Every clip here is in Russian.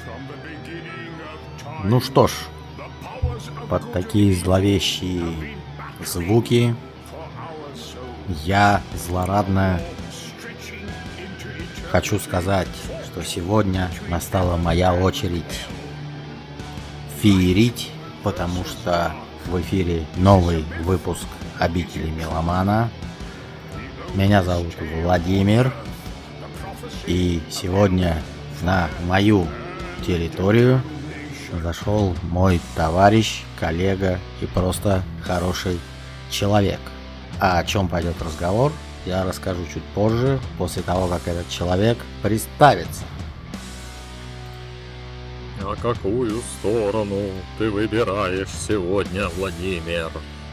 Ну что ж, под такие зловещие звуки я злорадно хочу сказать, что сегодня настала моя очередь феерить, потому что в эфире новый выпуск «Обители Меломана». Меня зовут Владимир, и сегодня на мою территорию зашел мой товарищ, коллега и просто хороший человек. А о чем пойдет разговор, я расскажу чуть позже, после того, как этот человек представится. А какую сторону ты выбираешь сегодня, Владимир?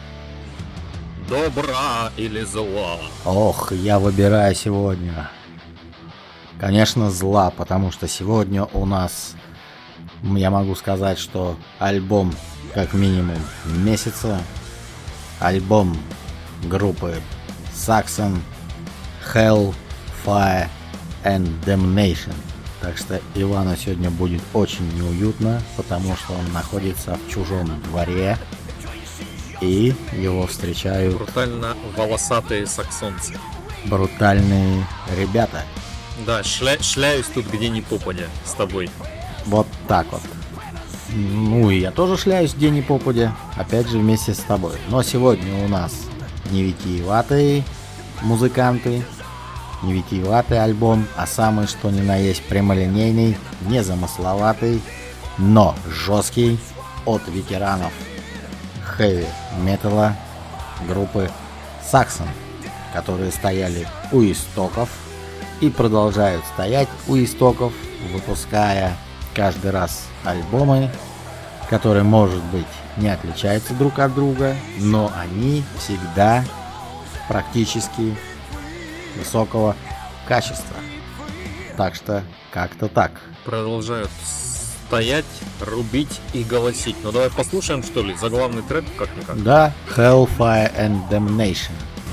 Добра или зла? Ох, я выбираю сегодня, конечно, зла, потому что сегодня у нас, я могу сказать, что альбом как минимум месяца, альбом группы Saxon, Hell, Fire and Damnation. Так что Ивану сегодня будет очень неуютно, потому что он находится в чужом дворе, и его встречают брутально волосатые саксонцы. Брутальные ребята. Да, шляюсь тут где ни попадя с тобой. Вот так вот. Ну и я тоже шляюсь где ни попадя, опять же вместе с тобой. Но сегодня у нас не витиеватые музыканты, не витиеватый альбом, а самый что ни на есть прямолинейный, незамысловатый, но жесткий, от ветеранов хэви-металла группы Saxon, которые стояли у истоков и продолжают стоять у истоков, выпуская каждый раз альбомы, которые, может быть, не отличаются друг от друга, но они всегда практически высокого качества. Так что как-то так. Продолжают стоять, рубить и голосить. Ну давай послушаем, что ли, заглавный трек как-никак. Да, Hellfire and Damnation.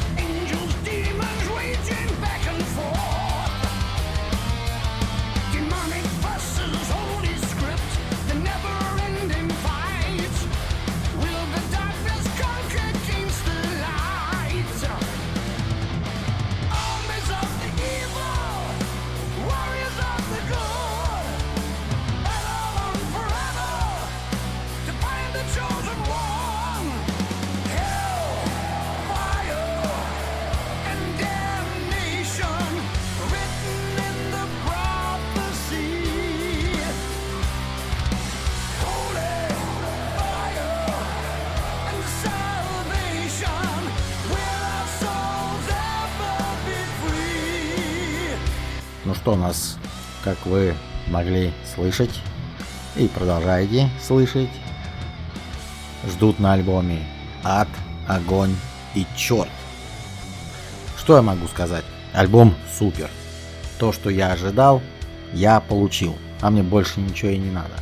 Ну что, нас, как вы могли слышать и продолжаете слышать, ждут на альбоме ад, огонь и черт. Что я могу сказать? Альбом супер. То, что я ожидал, я получил, а мне больше ничего и не надо.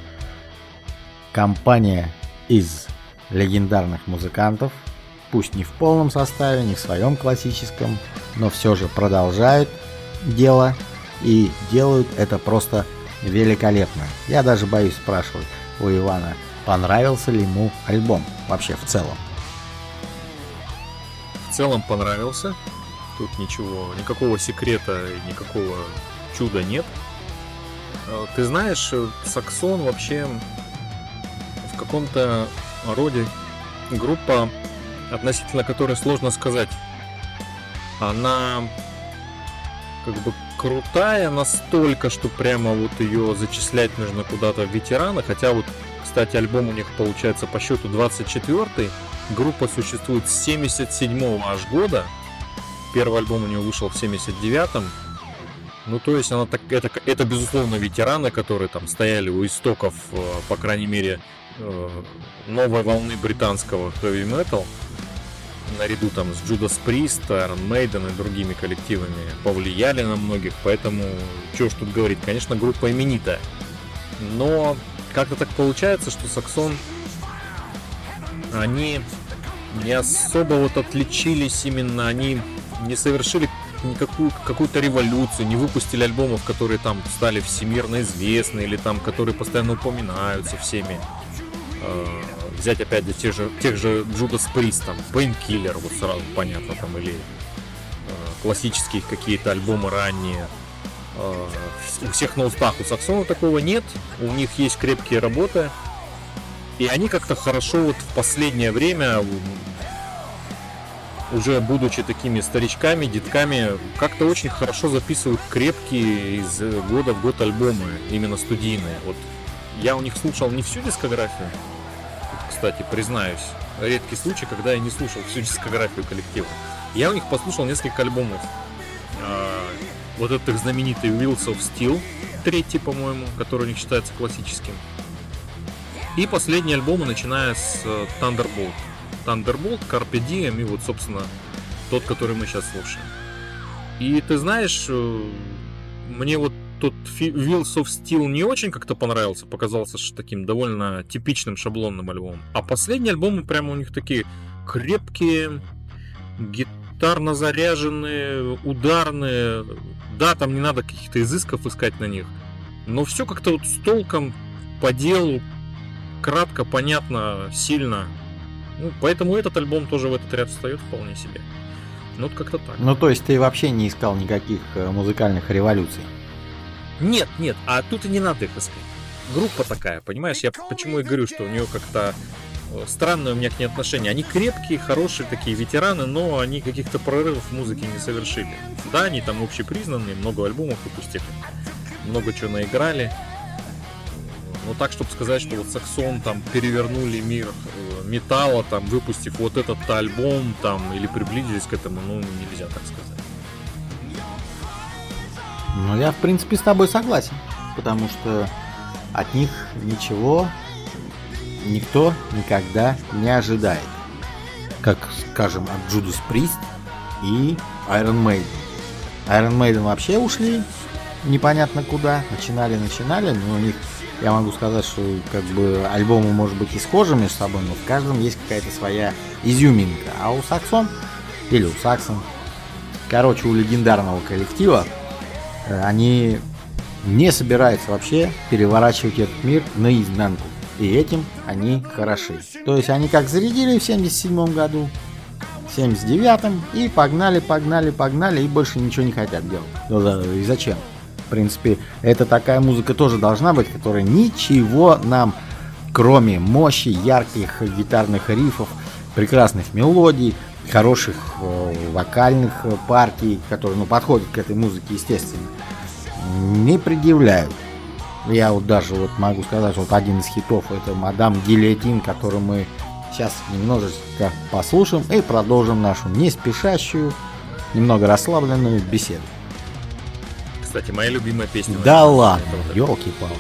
Компания из легендарных музыкантов, пусть не в полном составе, не в своем классическом, но все же продолжают дело и делают это просто великолепно. Я даже боюсь спрашивать у Ивана, понравился ли ему альбом вообще в целом. В целом понравился. Тут никакого секрета, никакого чуда нет. Ты знаешь, Saxon вообще в каком-то роде группа, относительно которой сложно сказать. Она как бы крутая настолько, что прямо вот ее зачислять нужно куда-то в ветераны. Хотя вот, кстати, альбом у них получается по счету 24-й. Группа существует с 77-го аж года. Первый альбом у нее вышел в 79-м. Ну, то есть, это безусловно ветераны, которые там стояли у истоков, по крайней мере, новой волны британского heavy metal. Наряду там с Judas Priest, Iron Maiden и другими коллективами повлияли на многих, поэтому что уж тут говорить, конечно, группа именитая. Но как-то так получается, что Saxon, они не особо вот отличились именно, они не совершили какую-то революцию, не выпустили альбомов, которые там стали всемирно известны или там, которые постоянно упоминаются всеми. Взять опять же тех же Judas Priest, там, Painkiller, вот сразу понятно, там, или классические какие-то альбомы ранние. У всех на устах, у Саксона такого нет, у них есть крепкие работы, и они как-то хорошо вот в последнее время, уже будучи такими старичками, детками, как-то очень хорошо записывают крепкие из года в год альбомы, именно студийные. Вот я у них слушал не всю дискографию, кстати, признаюсь, редкий случай, когда я не слушал всю дискографию коллектива. Я у них послушал несколько альбомов. Вот этот их знаменитый Wheels of Steel, третий, по-моему, который у них считается классическим. И последние альбомы, начиная с Thunderbolt, Carpe Diem и вот, собственно, тот, который мы сейчас слушаем. И ты знаешь, мне вот тот Wheels of Steel не очень как-то понравился, показался таким довольно типичным шаблонным альбомом. А последние альбомы прямо у них такие крепкие, гитарно заряженные, ударные. Да, там не надо каких-то изысков искать на них, но все как-то вот с толком, по делу, кратко, понятно, сильно. Ну, поэтому этот альбом тоже в этот ряд встает вполне себе. Ну, вот как-то так. Ну, то есть ты вообще не искал никаких музыкальных революций? Нет, а тут и не надо их искать. Группа такая, понимаешь? Я почему и говорю, что у нее как-то странное у меня к ней отношение. Они крепкие, хорошие такие ветераны, но они каких-то прорывов в музыке не совершили. Да, они там общепризнанные, много альбомов выпустили, много чего наиграли. Но так, чтобы сказать, что вот Саксон там перевернули мир металла, там, выпустив вот этот альбом, там, или приблизились к этому, ну, нельзя так сказать. Ну, я, в принципе, с тобой согласен, потому что от них ничего никто никогда не ожидает. Как, скажем, от Judas Priest и Iron Maiden. Iron Maiden вообще ушли непонятно куда, начинали, но у них, я могу сказать, что как бы альбомы, может быть, и схожи между собой, но в каждом есть какая-то своя изюминка. А у Саксон, или у Саксон, короче, у легендарного коллектива, они не собираются вообще переворачивать этот мир наизнанку. И этим они хороши. То есть они как зарядили в 77 году, в 79-м, и погнали, и больше ничего не хотят делать. И зачем? В принципе, это такая музыка тоже должна быть, которая ничего нам, кроме мощи, ярких гитарных рифов, прекрасных мелодий, хороших вокальных партий, которые подходят к этой музыке, естественно, не предъявляют. Я вот даже могу сказать, что один из хитов — это «Мадам Гильотин», который мы сейчас немножечко послушаем и продолжим нашу не спешащую, немного расслабленную беседу. Кстати, моя любимая песня. Да ладно, ёлки-палки.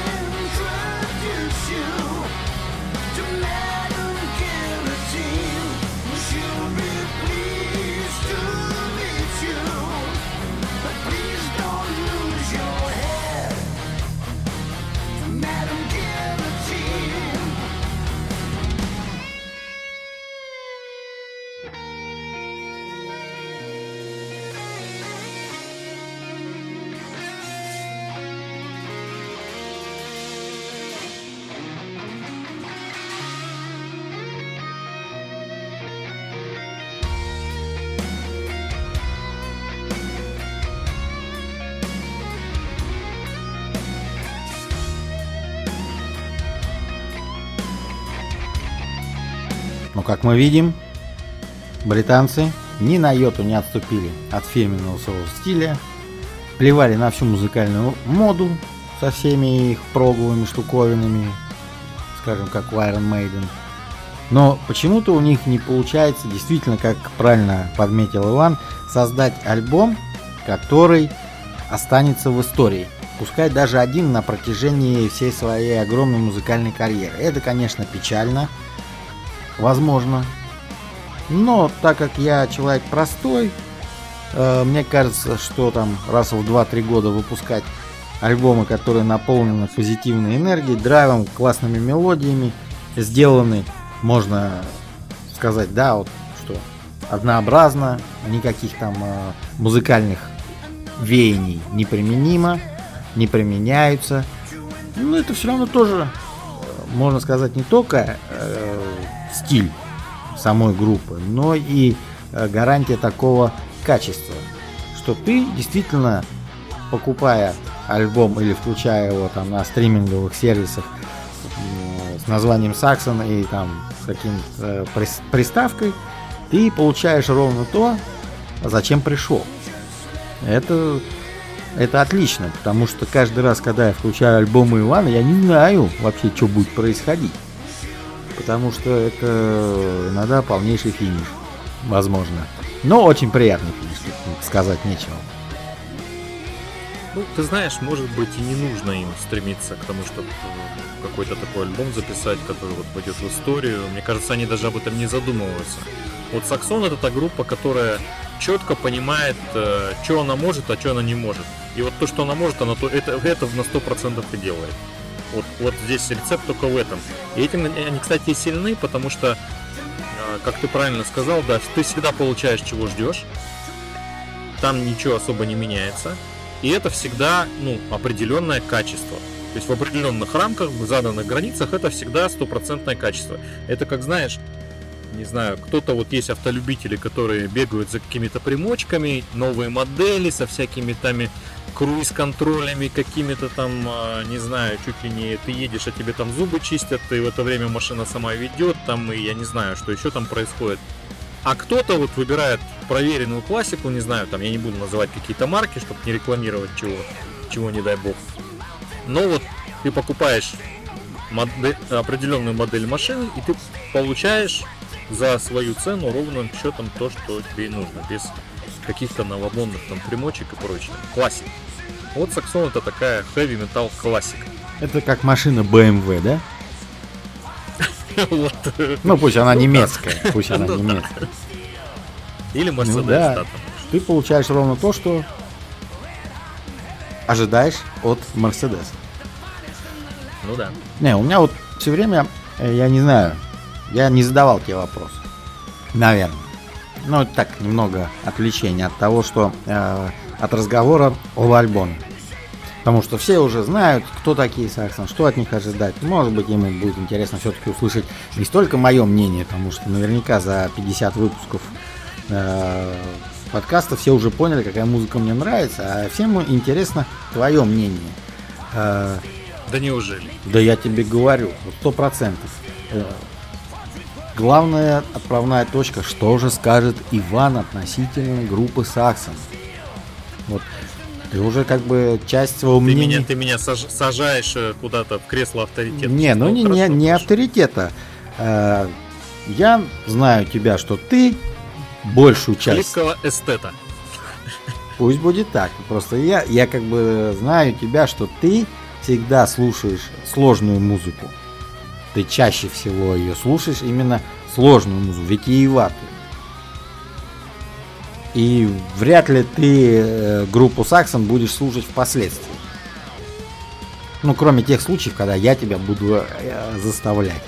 Но, как мы видим, британцы ни на йоту не отступили от фирменного своего стиля, плевали на всю музыкальную моду со всеми их проговыми штуковинами, скажем, как у Iron Maiden. Но почему-то у них не получается, действительно, как правильно подметил Иван, создать альбом, который останется в истории. Пускай даже один на протяжении всей своей огромной музыкальной карьеры. Это, конечно, печально. Возможно. Но так как я человек простой, мне кажется, что там раз в 2-3 года выпускать альбомы, которые наполнены позитивной энергией, драйвом, классными мелодиями, сделаны, можно сказать, да, вот что однообразно, никаких там музыкальных веяний не применяются. Но это все равно тоже, можно сказать, не только стиль самой группы, но и гарантия такого качества, что ты действительно, покупая альбом или включая его там на стриминговых сервисах с названием Saxon и там с каким-то приставкой, ты получаешь ровно то, зачем пришел. Это отлично, потому что каждый раз, когда я включаю альбомы Ивана, я не знаю вообще, что будет происходить. Потому что это иногда полнейший финиш, возможно. Но очень приятный финиш, тут сказать нечего. Ну, ты знаешь, может быть, и не нужно им стремиться к тому, чтобы какой-то такой альбом записать, который вот пойдет в историю. Мне кажется, они даже об этом не задумываются. Вот Saxon — это та группа, которая четко понимает, что она может, а что она не может. И вот то, что она может, она это на 100% и делает. Вот здесь рецепт только в этом. И этим они, кстати, и сильны, потому что, как ты правильно сказал, да, ты всегда получаешь, чего ждешь. Там ничего особо не меняется. И это всегда, определенное качество. То есть в определенных рамках, в заданных границах, это всегда стопроцентное качество. Это как, знаешь, не знаю, кто-то вот есть автолюбители, которые бегают за какими-то примочками, новые модели со всякими там круиз-контролями, какими-то там, не знаю, чуть ли не ты едешь, а тебе там зубы чистят, и в это время машина сама ведет, там, и я не знаю, что еще там происходит. А кто-то вот выбирает проверенную классику, не знаю, там, я не буду называть какие-то марки, чтобы не рекламировать чего не дай бог. Но вот ты покупаешь определенную модель машины, и ты получаешь за свою цену ровным счетом то, что тебе и нужно, без каких-то новомодных там примочек и прочего. Классик. Вот Saxon — это такая heavy metal классика. Это как машина BMW, да? Ну, пусть она немецкая. Пусть она немецкая. Или Mercedes. Да. Ты получаешь ровно то, что ожидаешь от Mercedes. Ну да. Не, у меня вот все время, я не знаю, я не задавал тебе вопрос. Наверное. Ну, так, немного отвлечения от того, что от разговора об альбоме. Потому что все уже знают, кто такие Saxon, что от них ожидать. Может быть, им будет интересно все-таки услышать не столько мое мнение, потому что наверняка за 50 выпусков подкаста все уже поняли, какая музыка мне нравится, а всем интересно твое мнение. Да неужели? Да я тебе говорю, 100%. Главная отправная точка, что же скажет Иван относительно группы Saxon. Вот. Ты уже как бы часть своего мнения... Ты меня сажаешь куда-то в кресло авторитета. Не, ну не авторитета. Я знаю тебя, что ты большую часть... Хлипкого эстета. Пусть будет так. Просто я как бы знаю тебя, что ты всегда слушаешь сложную музыку. Ты чаще всего ее слушаешь именно сложную музыку, витиеватую. И вряд ли ты группу Saxon будешь слушать впоследствии. Ну, кроме тех случаев, когда я тебя буду заставлять.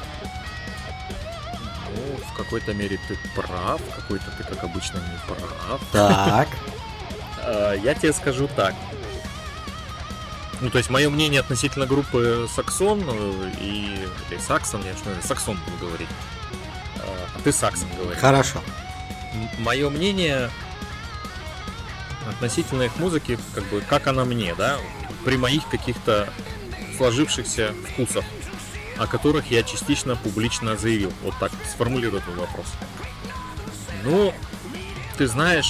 Ну, в какой-то мере ты прав, в какой-то ты, как обычно, не прав. Так. Я тебе скажу так. Ну, то есть, мое мнение относительно группы Saxon или Saxon, я что Saxon буду говорить. А ты Saxon говоришь. Хорошо. Мое мнение относительно их музыки, как бы, как она мне, да, при моих каких-то сложившихся вкусах, о которых я частично публично заявил. Вот так сформулирую этот вопрос. Ну, ты знаешь,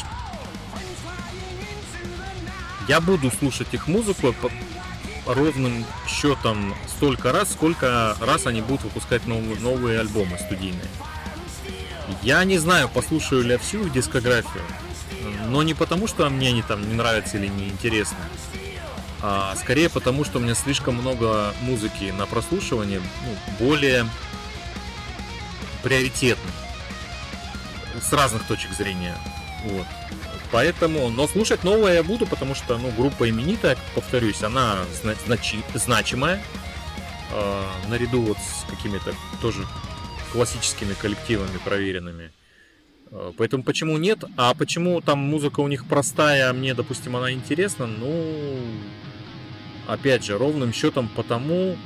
я буду слушать их музыку ровным счетом столько раз, сколько раз они будут выпускать новые альбомы студийные. Я не знаю, послушаю ли я всю их дискографию, но не потому, что мне они там не нравятся или не интересны, а скорее потому, что у меня слишком много музыки на прослушивание, более приоритетной, с разных точек зрения. Вот. Поэтому, но слушать новое я буду, потому что, группа именитая, повторюсь, она значимая, наряду вот с какими-то тоже классическими коллективами проверенными. Поэтому почему нет? А почему там музыка у них простая, а мне, допустим, она интересна? Ну, опять же, ровным счетом потому...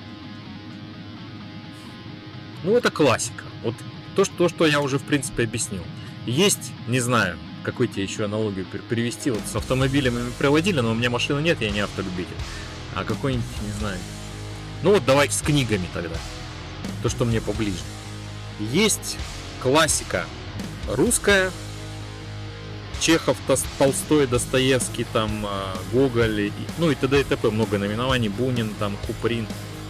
Ну, это классика. Вот то, что я уже, в принципе, объяснил. Есть, не знаю, какой тебе еще аналогию привести. Вот с автомобилями мы приводили, но у меня машины нет, я не автолюбитель. А какой-нибудь, не знаю. Ну вот давай с книгами тогда. То, что мне поближе. Есть классика русская. Чехов, Толстой, Достоевский, там, Гоголь, ну и т.д. и т.п. Много наименований. Бунин, там, Куприн.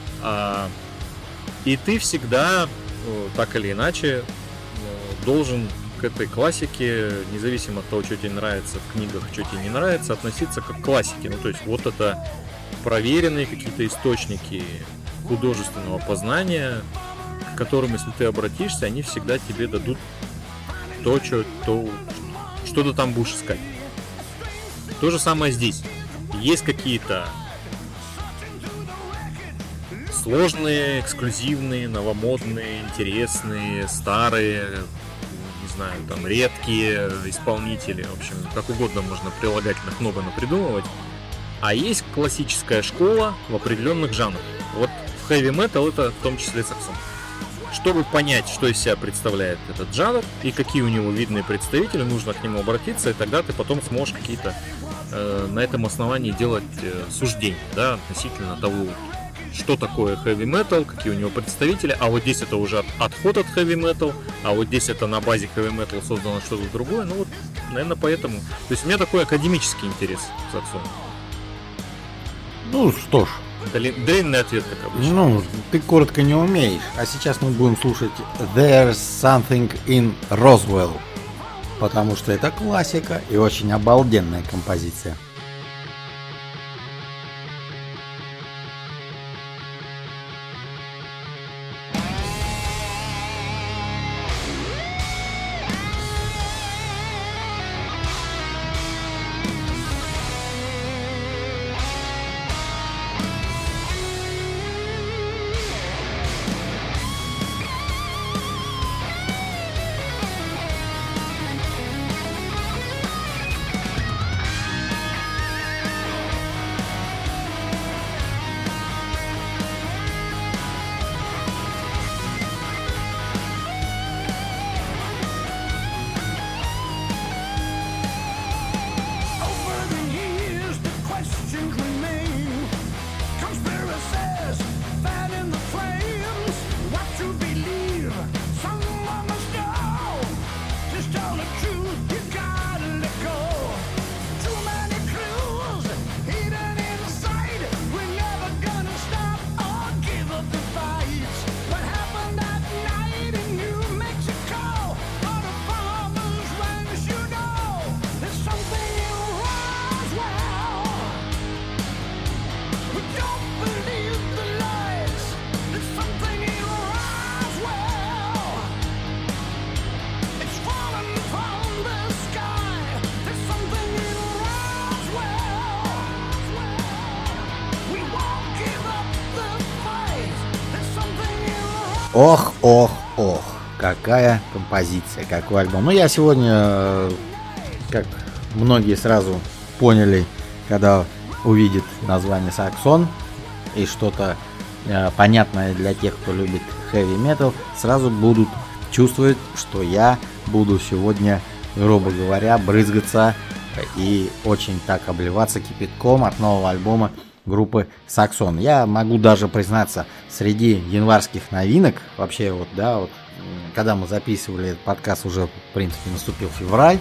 И ты всегда, так или иначе, должен к этой классике, независимо от того, что тебе нравится в книгах, что тебе не нравится, относиться как к классике. Ну, то есть вот это проверенные какие-то источники художественного познания, к которым, если ты обратишься, они всегда тебе дадут то, что ты там будешь искать. То же самое здесь. Есть какие-то сложные, эксклюзивные, новомодные, интересные, старые, не знаю, там редкие исполнители. В общем, как угодно можно прилагательных много напридумывать. А есть классическая школа в определенных жанрах. Вот в heavy metal это в том числе саксон. Чтобы понять, что из себя представляет этот жанр и какие у него видные представители, нужно к нему обратиться, и тогда ты потом сможешь какие-то на этом основании делать суждения, да, относительно того, что такое heavy metal, какие у него представители, а вот здесь это уже отход от heavy metal, а вот здесь это на базе heavy metal создано что-то другое. Ну вот, наверное, поэтому. То есть у меня такой академический интерес к саксону. Ну что ж. Длинный ответ, как обычно. Ну, ты коротко не умеешь. А сейчас мы будем слушать There's Something in Roswell. Потому что это классика и очень обалденная композиция. Ох, ох, ох, какая композиция, какой альбом. Ну, я сегодня, как многие сразу поняли, когда увидят название Саксон и что-то понятное для тех, кто любит heavy metal, сразу будут чувствовать, что я буду сегодня, грубо говоря, брызгаться и очень так обливаться кипятком от нового альбома группы Саксон. Я могу даже признаться, среди январских новинок, вообще вот, да, вот, когда мы записывали этот подкаст, уже, в принципе, наступил февраль,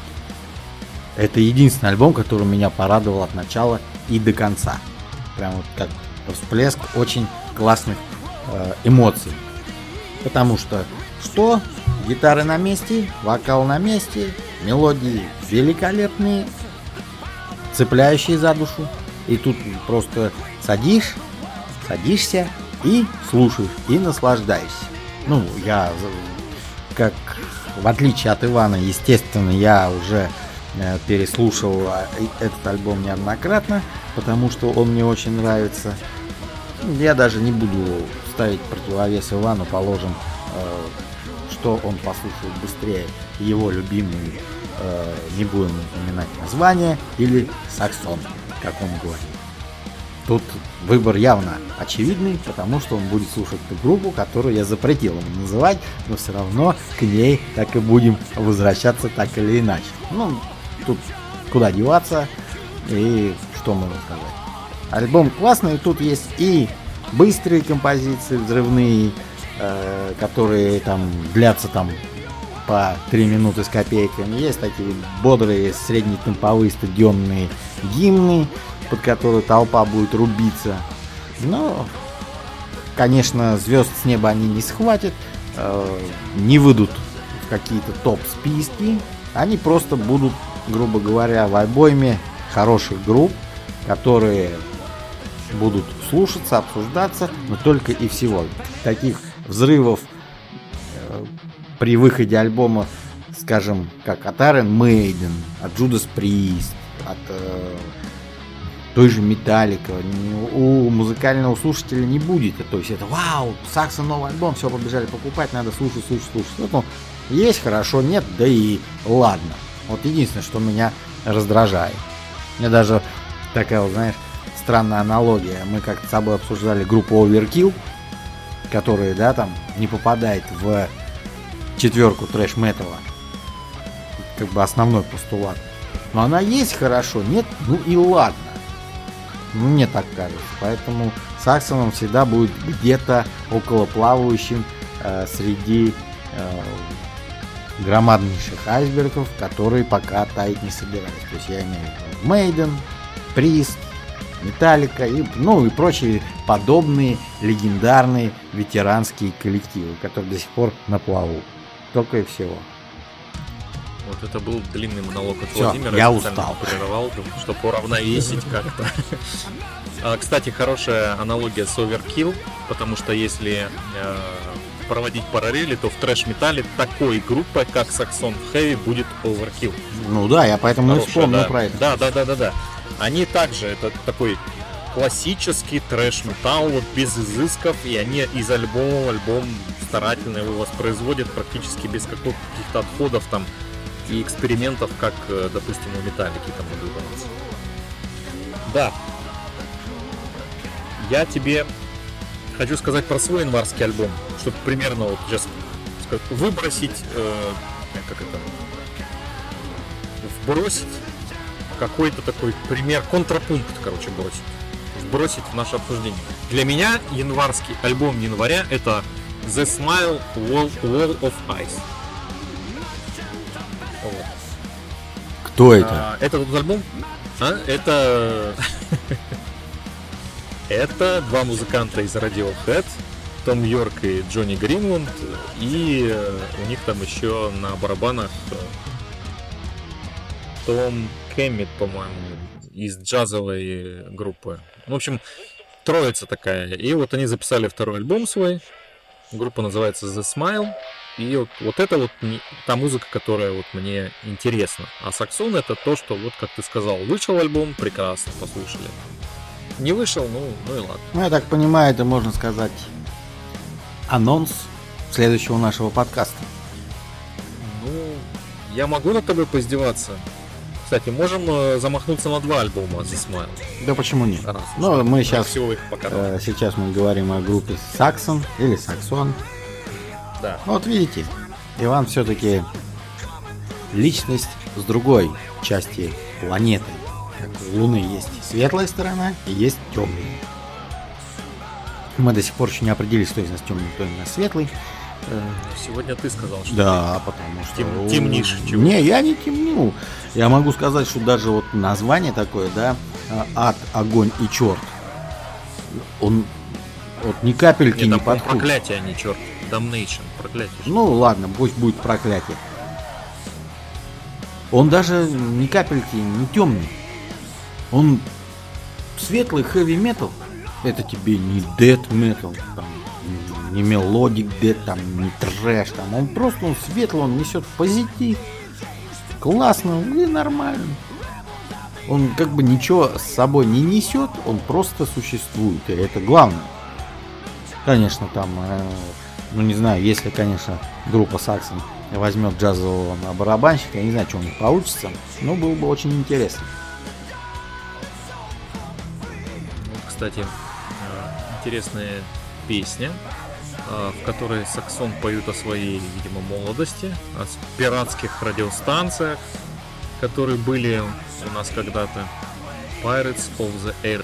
это единственный альбом, который меня порадовал от начала и до конца. Прям вот как всплеск очень классных эмоций. Потому что гитары на месте, вокал на месте, мелодии великолепные, цепляющие за душу. И тут просто садишься и слушаешь, и наслаждаешься. Ну, я, как в отличие от Ивана, естественно, я уже переслушал этот альбом неоднократно, потому что он мне очень нравится. Я даже не буду ставить противовес Ивану, положим, что он послушает быстрее, его любимый, не будем упоминать название, или Саксон, как он говорит. Тут выбор явно очевидный, потому что он будет слушать ту группу, которую я запретил ему называть, но все равно к ней так и будем возвращаться так или иначе. Ну, тут куда деваться и что можно сказать. Альбом классный, тут есть и быстрые композиции, взрывные, которые там длятся там по 3 минуты с копейками. Есть такие бодрые, среднетемповые стадионные гимны, под которые толпа будет рубиться. Но, конечно, звезд с неба они не схватят, не выйдут в какие-то топ-списки. Они просто будут, грубо говоря, в альбоме хороших групп, которые будут слушаться, обсуждаться, но только и всего. Таких взрывов при выходе альбома, скажем, как от Iron Maiden, от Judas Priest, от той же Metallica, у музыкального слушателя не будет. То есть это вау, Саксон новый альбом, все, побежали покупать, надо слушать. Вот он есть, хорошо, нет, да и ладно. Вот единственное, что меня раздражает. Мне даже такая, вот, знаешь, странная аналогия. Мы как-то с собой обсуждали группу Overkill, которая, да, там не попадает в 4 трэш-металла. Как бы основной постулат. Но она есть, хорошо, нет, ну и ладно. Мне так кажется. Поэтому Саксоном всегда будет где-то около плавающим среди громаднейших айсбергов, которые пока таять не собирались. То есть я имею в виду Maiden, Priest, Metallica и прочие подобные легендарные ветеранские коллективы, которые до сих пор на плаву. Только и всего. Вот это был длинный монолог от Всё, Владимира. я устал. Прервал, чтобы уравновесить как-то. Кстати, хорошая аналогия с Overkill, потому что если проводить параллели, то в трэш-металле такой группой, как Saxon Heavy, будет Overkill. Ну да, я поэтому и вспомнил да. про это. Да. Они также, это такой классический трэш-металл, вот без изысков, и они из альбома в альбом старательно его воспроизводят практически без каких-то отходов там и экспериментов, как, допустим, у Металлики там наблюдалось. Да. Я тебе хочу сказать про свой январский альбом, чтобы примерно вот сейчас выбросить, вбросить какой-то такой пример, контрапункт, бросить в наше обсуждение. Для меня январский альбом января — это The Smile Wall of Ice. Вот. Кто это? Этот альбом? Это это два музыканта из Radiohead, Том Йорк и Джонни Гринланд, и у них там еще на барабанах Том Кэммит, по-моему, из джазовой группы. В общем, троица такая. И вот они записали второй альбом свой. Группа называется The Smile. И вот это вот та музыка, которая вот мне интересна. А Саксон — это то, что, вот как ты сказал, вышел альбом, прекрасно, послушали. Не вышел, ну и ладно. Ну, я так понимаю, это можно сказать анонс следующего нашего подкаста. Ну, я могу над тобой поиздеваться. Кстати, можем замахнуться на 2 альбома The Smile. Да почему нет? Раз. Ну, мы сейчас, всего их покатал. сейчас мы говорим о группе Саксон или Саксон. Да. Вот видите, Иван все-таки личность с другой части планеты. Как у Луны есть светлая сторона и есть темная. Мы до сих пор еще не определились, кто из нас темный, кто из нас светлый. Сегодня ты сказал, что да, потому что... темнишь. Чего? Не, я не темню. Я могу сказать, что даже вот название такое, да, ад, огонь и черт, он вот ни капельки не подходит. Проклятие, а не черт. Damnation, проклятие. Ну ладно, пусть будет проклятие. Он даже ни капельки не темный. Он светлый heavy metal. Это тебе не death metal, там, не melodic death, там, не трэш, там. Он просто светлый, он несет позитив. Классно и нормально. Он как бы ничего с собой не несет, он просто существует. И это главное. Конечно, там Ну, не знаю, если, конечно, группа Saxon возьмет джазового барабанщика, я не знаю, что у них получится, но было бы очень интересно. Кстати, интересная песня, в которой Saxon поют о своей, видимо, молодости, о пиратских радиостанциях, которые были у нас когда-то. Pirates of the Air.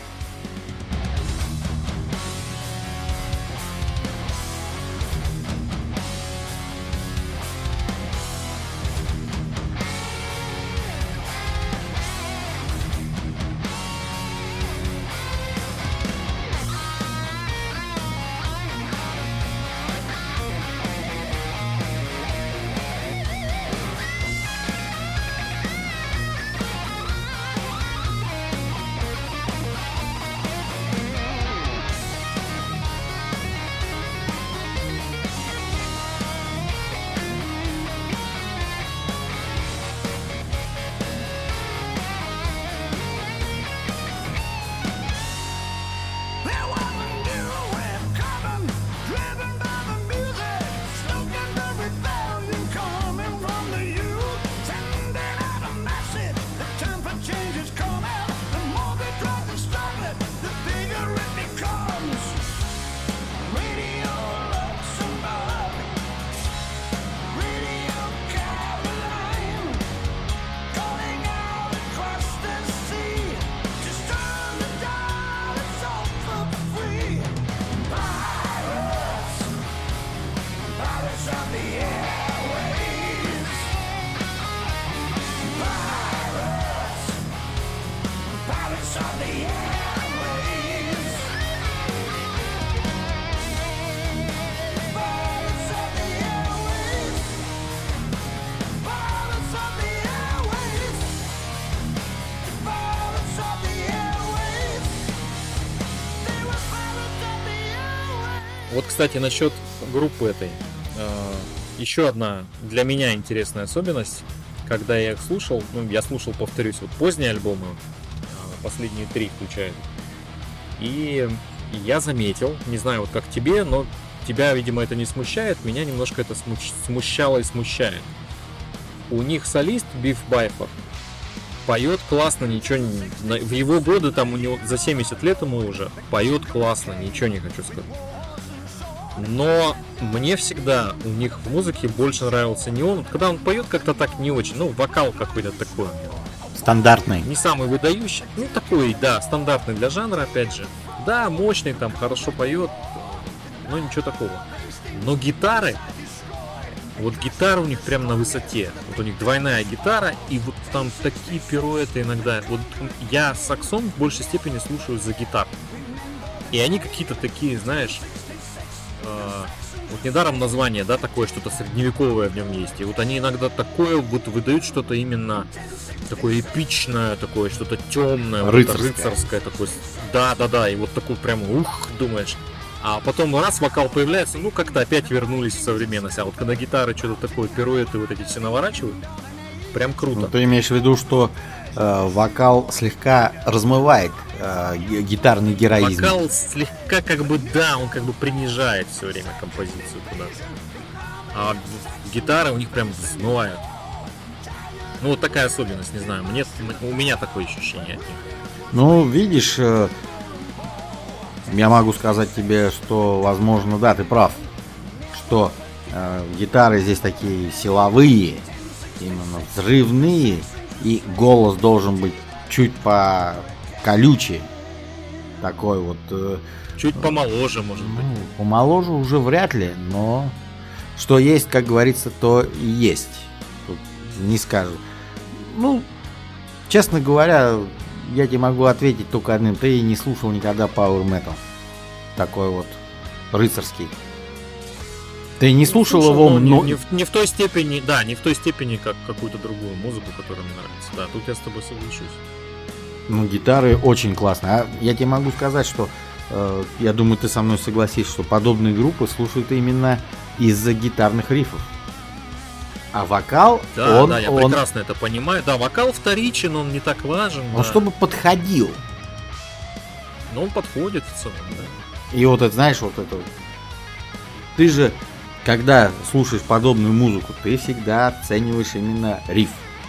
Вот, кстати, насчет группы этой. Еще одна для меня интересная особенность. Когда я их слушал, я слушал, повторюсь, вот поздние альбомы, последние 3 включая. И я заметил, не знаю, вот как тебе, но тебя, видимо, это не смущает, меня немножко это смущало и смущает. У них солист Биф Байфорд поет классно, ничего не... В его годы, там у него за 70 лет ему уже, поет классно, ничего не хочу сказать. Но мне всегда у них в музыке больше нравился не он. Когда он поет, как-то так не очень. Ну, вокал какой-то такой. Стандартный. Не самый выдающий. Ну, такой, да, стандартный для жанра, опять же. Да, мощный, там, хорошо поет. Но ничего такого. Но гитары, вот гитара у них прям на высоте. Вот у них двойная гитара, и вот там такие пируэты иногда. Вот я Saxon в большей степени слушаю за гитар. И они какие-то такие, знаешь... Вот недаром название, да, такое что-то средневековое в нем есть. И вот они иногда такое вот выдают что-то именно такое эпичное, такое что-то темное, рыцарское такое. Да. И вот такой прям думаешь. А потом раз вокал появляется, ну как-то опять вернулись в современность. А вот когда гитары что-то такое, пируэты вот эти все наворачивают, прям круто. Ну, ты имеешь в виду, что вокал слегка размывает гитарный героизм. Вокал слегка как бы, да, он как бы принижает все время композицию куда-то. А гитары у них прям взмывают. Ну вот такая особенность, не знаю, у меня такое ощущение от них. Ну, видишь, я могу сказать тебе, что, возможно, да, ты прав, что гитары здесь такие силовые, именно взрывные, и голос должен быть чуть поколючее, такой вот. Чуть помоложе, может быть. Помоложе уже вряд ли, но что есть, как говорится, то и есть. Тут не скажу. Ну, честно говоря, я тебе могу ответить только одним. Ты не слушал никогда Power Metal. Такой вот рыцарский. Ты не слушал его, но... Не в той степени, да, не в той степени, как какую-то другую музыку, которая мне нравится. Да, тут я с тобой соглашусь. Ну, гитары очень классные. А я тебе могу сказать, что я думаю, ты со мной согласишься, что подобные группы слушают именно из-за гитарных рифов. А вокал, да, я прекрасно это понимаю. Да, вокал вторичен, он не так важен. Он чтобы подходил. Ну, он подходит в целом, да. И вот это, знаешь, вот это Ты же, когда слушаешь подобную музыку, ты всегда оцениваешь именно риф.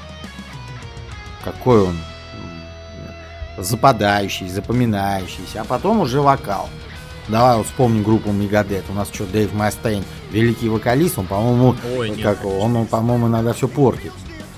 Какой он западающий, запоминающийся, а потом уже вокал. Давай вот вспомним группу Megadeth. У нас что, Дэйв Мастейн, великий вокалист, он, по-моему, он, по-моему, иногда все портит.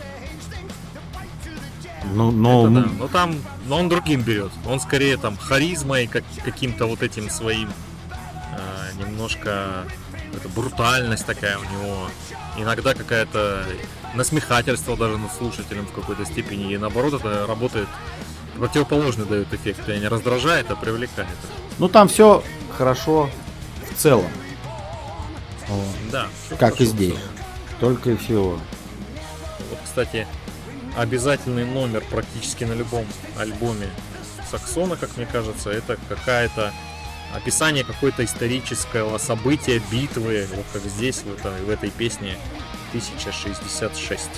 Но он другим берет. Он скорее там харизмой, каким-то вот этим своим немножко брутальность такая у него. Иногда какая-то насмехательство даже над слушателем в какой-то степени. И наоборот, это работает, противоположный дает эффект. Это не раздражает, а привлекает. Ну там все хорошо в целом. Да. Как и здесь. Только и всего. Вот, кстати, обязательный номер практически на любом альбоме Саксона, как мне кажется, это какая-то описание какой-то исторического события, битвы, вот как здесь, в этой песне 1066.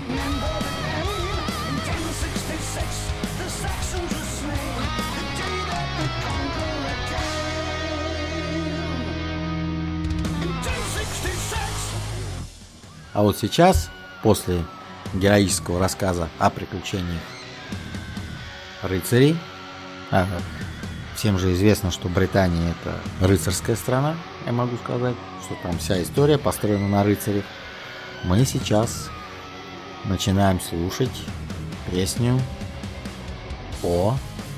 А вот сейчас, после героического рассказа о приключениях рыцарей, всем же известно, что Британия это рыцарская страна, я могу сказать, что там вся история построена на рыцарях. Мы сейчас начинаем слушать песню о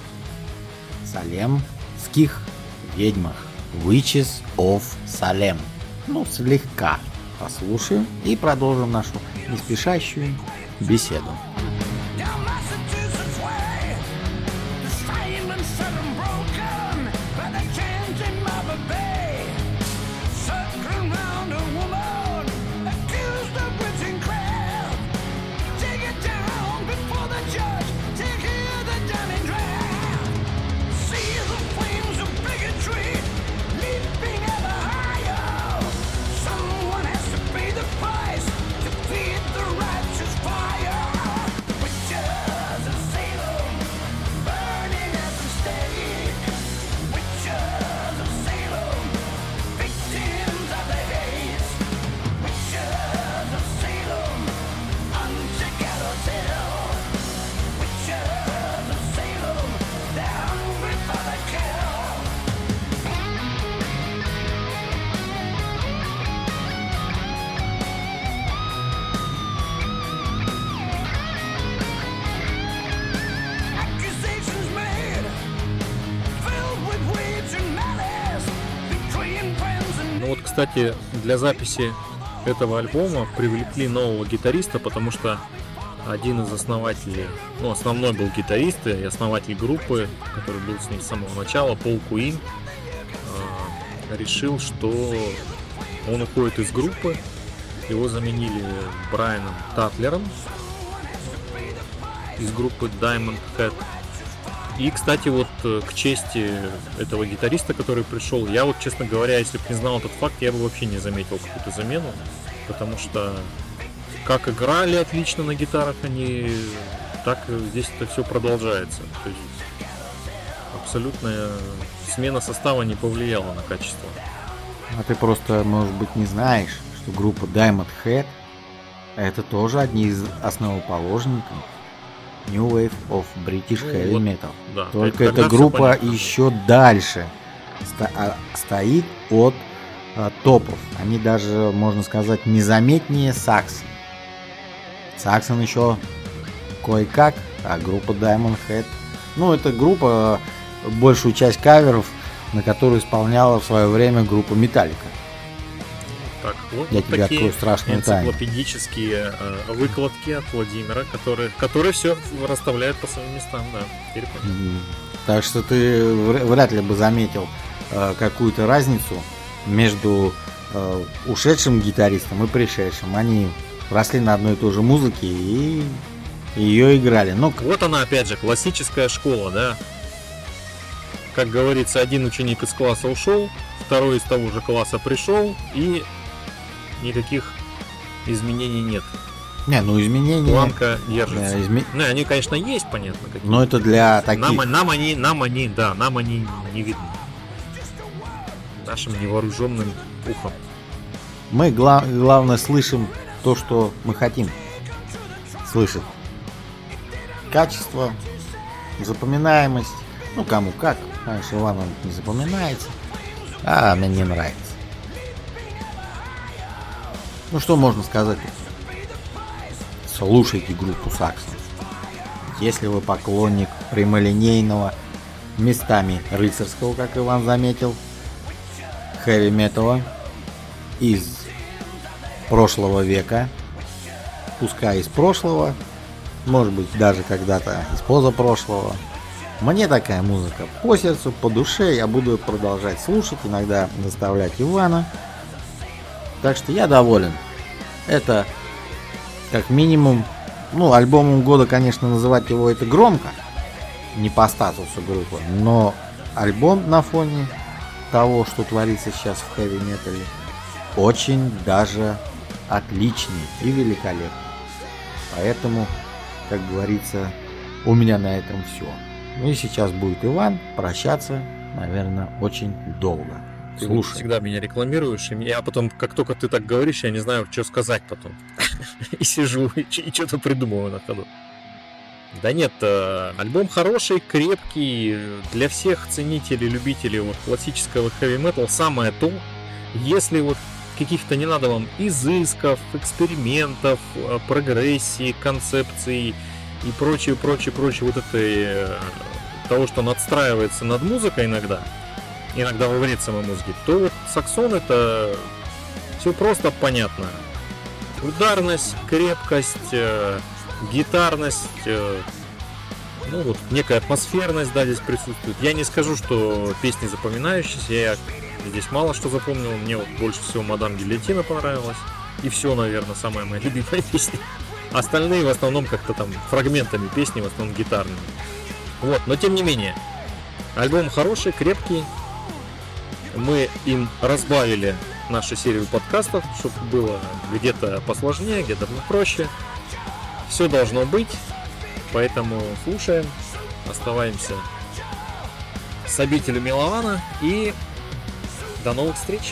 салемских ведьмах, Witches of Salem. Ну, слегка послушаем и продолжим нашу неспешащую беседу. Кстати, для записи этого альбома привлекли нового гитариста, потому что один из основателей, основной был гитарист и основатель группы, который был с ним с самого начала, Пол Куин, решил, что он уходит из группы. Его заменили Брайаном Татлером из группы Diamond Head. И, кстати, вот к чести этого гитариста, который пришел, я вот, честно говоря, если бы не знал этот факт, я бы вообще не заметил какую-то замену, потому что как играли отлично на гитарах они, так здесь это все продолжается. То есть абсолютная смена состава не повлияла на качество. А ты просто, может быть, не знаешь, что группа Diamond Head это тоже одни из основоположников New Wave of British Heavy Metal. Да, только эта группа еще дальше стоит от топов. Они даже, можно сказать, незаметнее Saxon. Saxon еще кое-как, а группа Diamond Head, это группа, большую часть каверов, на которую исполняла в свое время группа Metallica. Так, вот я тебе такие открою страшную тайну. Энциклопедические выкладки от Владимира, которые все расставляют по своим местам, да. Так что ты вряд ли бы заметил какую-то разницу между ушедшим гитаристом и пришедшим. Они росли на одной и той же музыке и ее играли. Вот она опять же, классическая школа, да. Как говорится, один ученик из класса ушел, второй из того же класса пришел, и никаких изменений нет. Изменения... Планка держится. Они, конечно, есть, понятно. Какие. Но это для таких... Нам они не видны. Нашим невооруженным ухом. Мы, главное, слышим то, что мы хотим слышать. Качество, запоминаемость, ну кому как, конечно, Ивану не запоминается, а мне не нравится. Ну что можно сказать? Слушайте группу Saxon. Если вы поклонник прямолинейного, местами рыцарского, как Иван заметил, хэви-металла из прошлого века, пускай из прошлого, может быть даже когда-то из позапрошлого, мне такая музыка по сердцу, по душе, я буду продолжать слушать, иногда заставлять Ивана, так что я доволен. Это как минимум, ну, альбомом года, конечно, называть его это громко, не по статусу группы, но альбом на фоне того, что творится сейчас в хэви-метале, очень даже отличный и великолепный. Поэтому, как говорится, у меня на этом все. Ну и сейчас будет Иван прощаться, наверное, очень долго. Ты Слушай. всегда меня рекламируешь, и я потом, как только ты так говоришь, я не знаю, что сказать потом. И сижу, и что-то придумываю на ходу. Да нет, альбом хороший, крепкий, для всех ценителей, любителей вот классического хэви-метал самое то. Если вот каких-то не надо вам изысков, экспериментов, прогрессии, концепций и прочее, вот этой того, что надстраивается над музыкой иногда во вред самой музыки, то вот Saxon это все просто понятно. Ударность, крепкость, гитарность, ну вот некая атмосферность, да, здесь присутствует. Я не скажу, что песни запоминающиеся, я здесь мало что запомнил, мне вот больше всего Мадам Гильотина понравилась, и все, наверное, самая моя любимая песня. Остальные в основном как-то там фрагментами песни, в основном гитарными. Вот, но тем не менее, альбом хороший, крепкий, мы им разбавили нашу серию подкастов, чтобы было где-то посложнее, где-то попроще. Все должно быть, поэтому слушаем, оставаемся с обителью Милована и до новых встреч.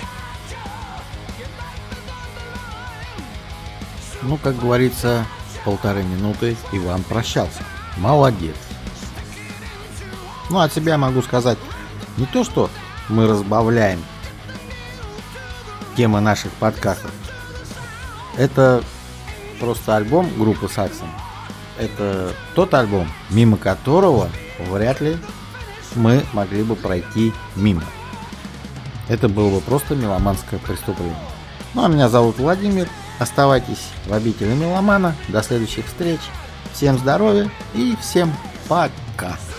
Ну, как говорится, 1,5 минуты Иван прощался. Молодец. Ну, от себя могу сказать не то, что мы разбавляем темы наших подкастов. Это просто альбом группы Saxon. Это тот альбом, мимо которого вряд ли мы могли бы пройти мимо. Это было бы просто меломанское преступление. Ну а меня зовут Владимир. Оставайтесь в обители меломана. До следующих встреч. Всем здоровья и всем пока.